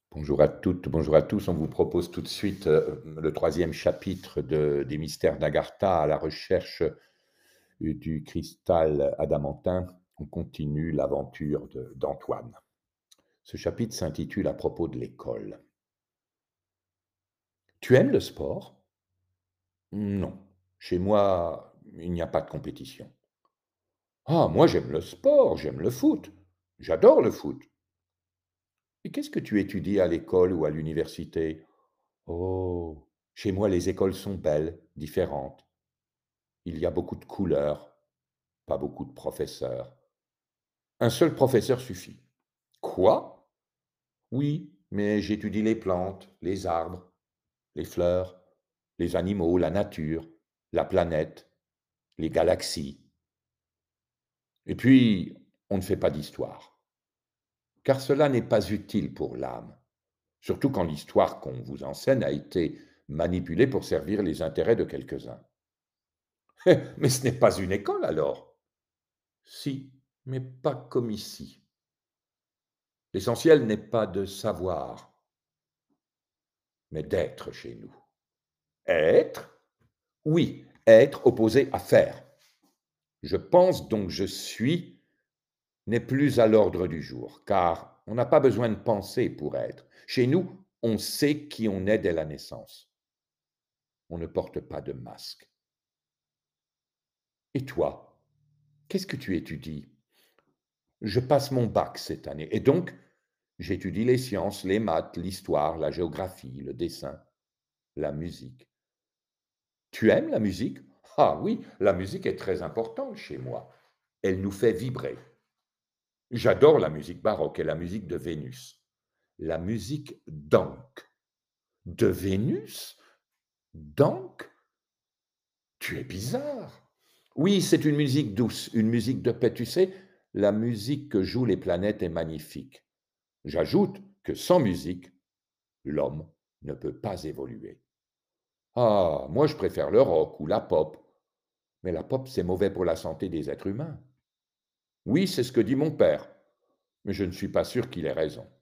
Bonjour à toutes, bonjour à tous. On vous propose tout de suite le troisième chapitre des mystères d'Agartha à la recherche du cristal adamantin. On continue l'aventure d'Antoine. Ce chapitre s'intitule à propos de l'école. Tu aimes le sport? Non. Chez moi, il n'y a pas de compétition. Ah, moi j'aime le sport, j'aime le foot. J'adore le foot. Et qu'est-ce que tu étudies à l'école ou à l'université? Oh, chez moi, les écoles sont belles, différentes. Il y a beaucoup de couleurs, pas beaucoup de professeurs. Un seul professeur suffit. Quoi? Oui, mais j'étudie les plantes, les arbres, les fleurs, les animaux, la nature, la planète, les galaxies. Et puis, on ne fait pas d'histoire, car cela n'est pas utile pour l'âme, surtout quand l'histoire qu'on vous enseigne a été manipulée pour servir les intérêts de quelques-uns. Mais ce n'est pas une école alors. Si, mais pas comme ici. L'essentiel n'est pas de savoir, mais d'être chez nous. Être? Oui, être opposé à faire. Je pense donc je suis n'est plus à l'ordre du jour, car on n'a pas besoin de penser pour être. Chez nous, on sait qui on est dès la naissance. On ne porte pas de masque. Et toi, qu'est-ce que tu étudies? Je passe mon bac cette année, et donc j'étudie les sciences, les maths, l'histoire, la géographie, le dessin, la musique. Tu aimes la musique? Ah oui, la musique est très importante chez moi. Elle nous fait vibrer. J'adore la musique baroque et la musique de Vénus. La musique d'Ankh. De Vénus? D'Ankh? Tu es bizarre. Oui, c'est une musique douce, une musique de paix. Tu sais, la musique que jouent les planètes est magnifique. J'ajoute que sans musique, l'homme ne peut pas évoluer. Ah, moi je préfère le rock ou la pop. Mais la pop, c'est mauvais pour la santé des êtres humains. Oui, c'est ce que dit mon père, mais je ne suis pas sûr qu'il ait raison.